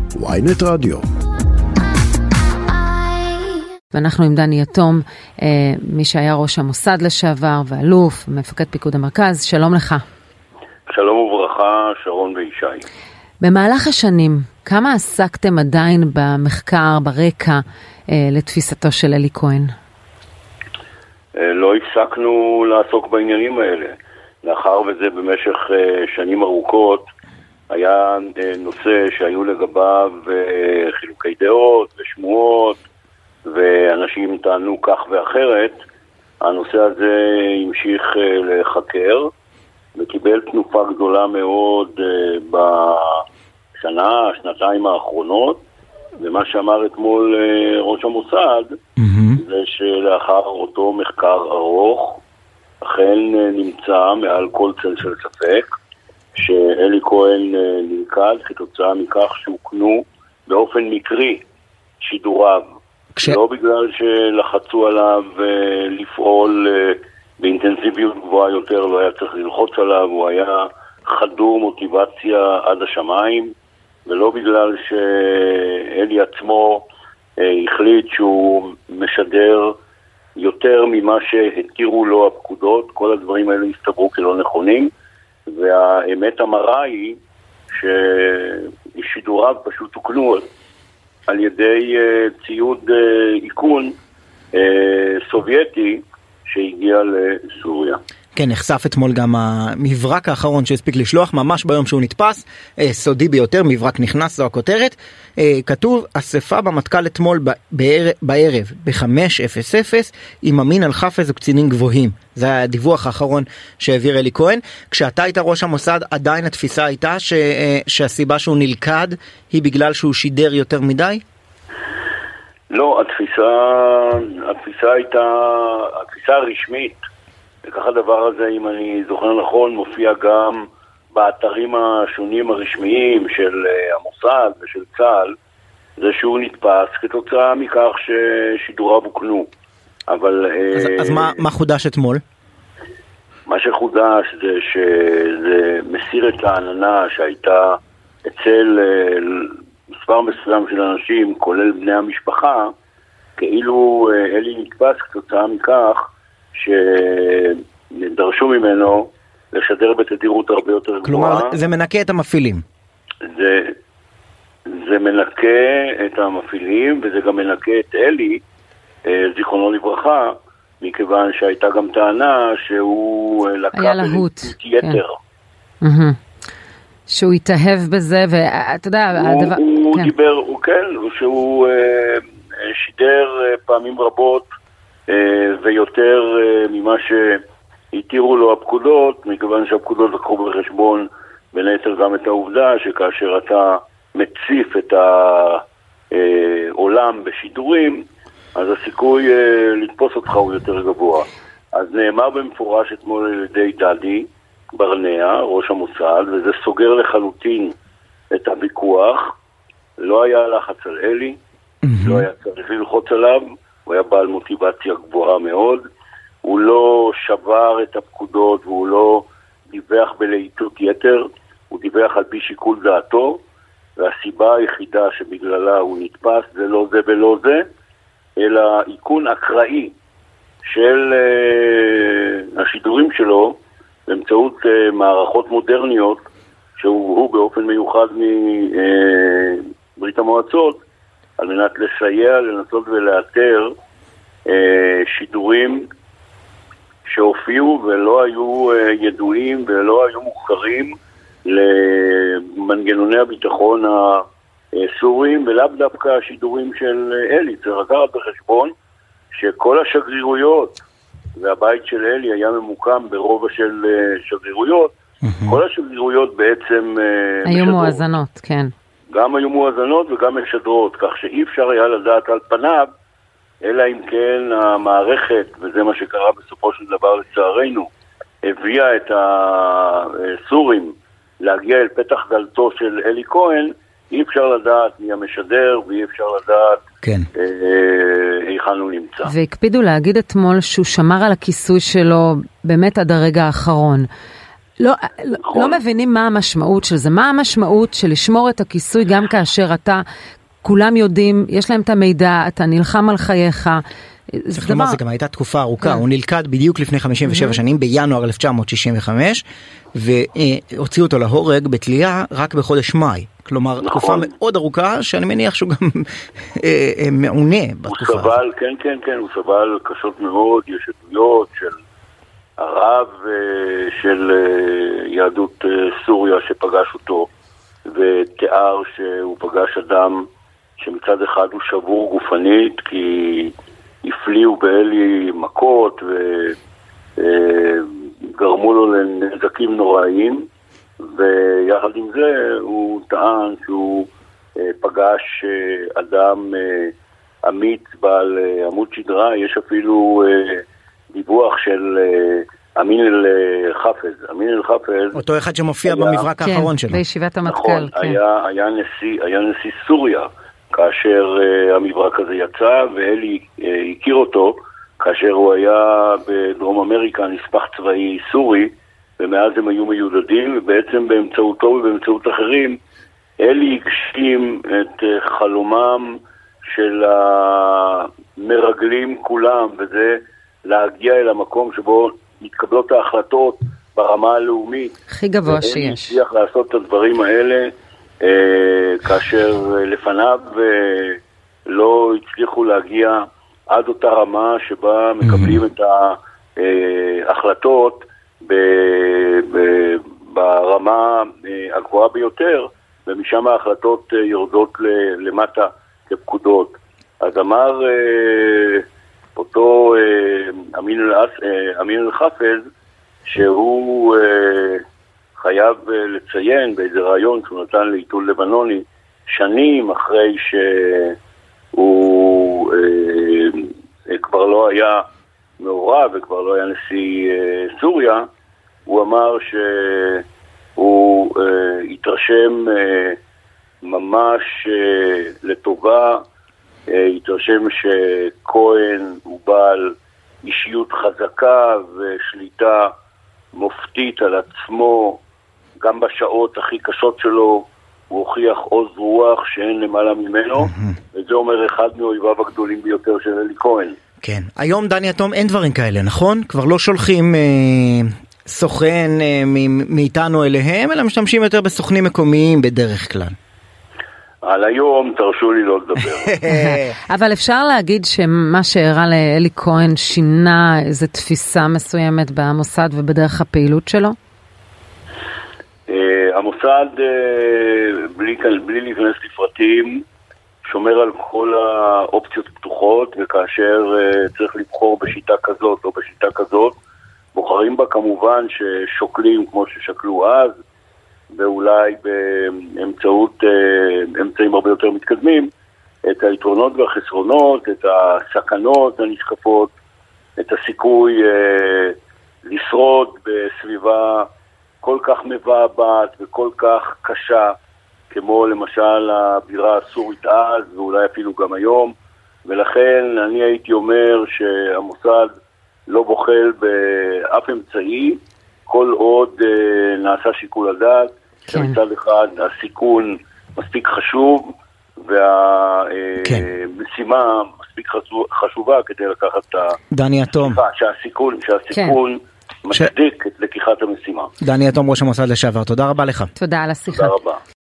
ynet רדיו. ואנחנו עם דני יתום, מי שהיה ראש המוסד לשעבר ואלוף, מפקד פיקוד המרכז. שלום לך. שלום וברכה, שרון וישי. במהלך השנים, כמה עסקתם עדיין במחקר, ברקע, לתפיסתו של אלי כהן? לא הפסקנו לעסוק בעניינים האלה. לאחר וזה במשך שנים ארוכות, היה נושא שהיו לגביו חילוקי דעות ושמועות, ואנשים טענו כך ואחרת. הנושא הזה המשיך לחקר, וקיבל תנופה גדולה מאוד שנתיים האחרונות, ומה שאמר אתמול ראש המוסד, זה שלאחר אותו מחקר ארוך, אכן נמצא מעל כל צל של ספק, שאלי כהן נלכד כתוצאה מכך שהוקנו באופן מקרי שידוריו. לא בגלל שלחצו עליו לפעול באינטנסיביות גבוהה יותר, לא היה צריך ללחוץ עליו, הוא היה חדור מוטיבציה עד השמיים, ולא בגלל שאלי עצמו החליט שהוא משדר יותר ממה שהתירו לו הפקודות. כל הדברים האלה הסתברו כלא נכונים, והאמת המרה היא ששידוריו פשוט תוקנו על ידי ציוד איכון סובייטי שהגיע לסוריה. כן, נחשף אתמול גם המברק האחרון שהספיק לשלוח, ממש ביום שהוא נתפס, סודי ביותר, מברק נכנס, זו הכותרת. כתוב, אספה במטכ"ל אתמול בערב, ב-5:00, עם אמין על חפז וקצינים גבוהים. זה הדיווח האחרון שהעביר אלי כהן. כשאתה היית ראש המוסד, עדיין התפיסה הייתה שהסיבה שהוא נלכד היא בגלל שהוא שידר יותר מדי? לא, התפיסה הייתה, התפיסה הרשמית, וכך הדבר הזה, אם אני זוכר נכון, מופיע גם באתרים השונים הרשמיים של המוסד ושל צה"ל, זה שהוא נתפס כתוצאה מכך ששידוריו הוקנו. אבל אז מה חודש אתמול? מה שחודש זה שזה מסיר את העננה שהייתה אצל מספר מסוים של אנשים, כולל בני המשפחה, כאילו אלי נתפס כתוצאה מכך שדרשו ממנו לשדר בתדירות הרבה יותר גבוהה. כלומר, זה מנקה את המפעילים. זה מנקה את המפעילים, וזה גם מנקה את אלי, זיכרונו לברכה, מכיוון שהייתה גם טענה שהוא לקח יתר. שהוא התאהב בזה, ואתה יודע, הוא דיבר, שהוא שידר פעמים רבות, ויותר ממה שהתירו לו הפקודות, מכיוון שהפקודות לקחו בחשבון בין היתר גם את העובדה שכאשר אתה מציף את העולם בשידורים, אז הסיכוי לתפוס אותך הוא יותר גבוה. אז נאמר במפורש אתמול על ידי דדי ברנע, ראש המוסד, וזה סוגר לחלוטין את הוויכוח. לא היה לחץ על אלי, לא היה צריך ללחוץ עליו, הוא היה בעל מוטיבציה גבוהה מאוד, הוא לא שבר את הפקודות והוא לא דיווח בלהיטות יתר, הוא דיווח על פי שיקול דעתו, והסיבה היחידה שבגללה הוא נתפס זה לא זה ולא זה, אלא עיכון אקראי של השידורים שלו באמצעות מערכות מודרניות שהוא באופן מיוחד מברית המועצות, על מנת לסייע, לנסות ולאתר שידורים שהופיעו ולא היו ידועים ולא היו מוכרים למנגנוני הביטחון הסוריים, ולאו דווקא השידורים של אלי. צריך לקחת בחשבון שכל השגרירויות, והבית של אלי היה ממוקם ברובע של שגרירויות, כל השגרירויות בעצם היו מואזנות, כן. גם היו מואזנות וגם משדרות, כך שאי אפשר היה לדעת על פניו, אלא אם כן המערכת, וזה מה שקרה בסופו של דבר לצערנו, הביאה את הסורים להגיע אל פתח דלתו של אלי כהן, אי אפשר לדעת מי המשדר, ואי אפשר לדעת היכן הוא נמצא. והקפידו להגיד אתמול שהוא שמר על הכיסוי שלו באמת עד הרגע האחרון. לא מבינים מה המשמעות של זה, מה המשמעות של לשמור את הכיסוי גם כאשר אתה, כולם יודעים, יש להם את המידע, אתה נלחם על חייך. צריך לומר, זה גם הייתה תקופה ארוכה, הוא נלכד בדיוק לפני 57 שנים, בינואר 1965, והוציאו אותו להורג בתלייה רק בחודש מאי. כלומר, תקופה מאוד ארוכה, שאני מניח שהוא גם מעונה בתקופה הזאת. כן, הוא סבל קשות מאוד, יש עדויות של הרב של יהדות סוריה שפגש אותו, ותיאר שהוא פגש אדם שמצד אחד הוא שבור גופנית, כי הפליאו באלי מכות וגרמו לו לנזקים נוראיים, ויחד עם זה הוא טען שהוא פגש אדם אמיץ בעל עמוד שדרה. יש אפילו דיווח של אמין אל-חפז, אותו אחד שמופיע במברק האחרון שלו בישיבת המטכ"ל. נכון, היה נשיא סוריה כאשר המברק הזה יצא, ואלי הכיר אותו כאשר הוא היה בדרום אמריקה, נספח צבאי סורי, ומאז הם היו מיודדים, ובעצם באמצעותו ובאמצעות אחרים אלי הגשים את חלומם של המרגלים כולם, וזה להגיע אל המקום שבו מתקבלות ההחלטות ברמה הלאומית. הכי גבוה שיש. ואלי הצליח לעשות את הדברים האלה, כאשר לפניו לא הצליחו להגיע עד אותה רמה שבה מקבלים את ההחלטות ברמה הגבוהה ביותר, ומשם ההחלטות יורדות למטה כפקודות. אז אמר אותו אמין אל-חפז שהוא חייב לציין באיזה רעיון שהוא נתן לעיתון לבנוני שנים אחרי שהוא כבר לא היה מעורב וכבר לא היה נשיא סוריה. הוא אמר שהוא התרשם ממש לטובה, התרשם שכהן הוא בעל אישיות חזקה ושליטה מופתית על עצמו, גם בשעות הכי קשות שלו הוא הוכיח עוז רוח שאין למעלה ממנו, וזה אומר אחד מאויביו הגדולים ביותר של אלי כהן. כן, היום דני יתום אין דברים כאלה, נכון? כבר לא שולחים סוכן מאיתנו אליהם, אלא משתמשים יותר בסוכנים מקומיים בדרך כלל. על היום תרשו לי לא לדבר. אבל אפשר להגיד שמה שהראה לאלי כהן שינה איזו תפיסה מסוימת במוסד ובדרך הפעילות שלו? המוסד, בלי להיכנס לפרטים, שומר על כל האופציות פתוחות, וכאשר צריך לבחור בשיטה כזאת או בשיטה כזאת, בוחרים בה כמובן ששוקלים כמו ששקלו אז, ואולי באמצעות אמצעים הרבה יותר מתקדמים, את היתרונות והחסרונות, את הסכנות הנשקפות, את הסיכוי לשרוד בסביבה כל כך מבעבעת וכל כך קשה, כמו למשל הבירה הסורית אז, ואולי אפילו גם היום. ולכן אני הייתי אומר שהמוסד לא בוחל באף אמצעי, כל עוד נעשה שיקול הדעת, שמצד אחד הסיכון מספיק חשוב, והמשימה מספיק חשובה כדי לקחת את דני יתום. שהסיכון מצדיק את לקיחת המשימה. דני יתום, ראש המוסד לשעבר, תודה רבה לך. תודה על השיחה. תודה רבה.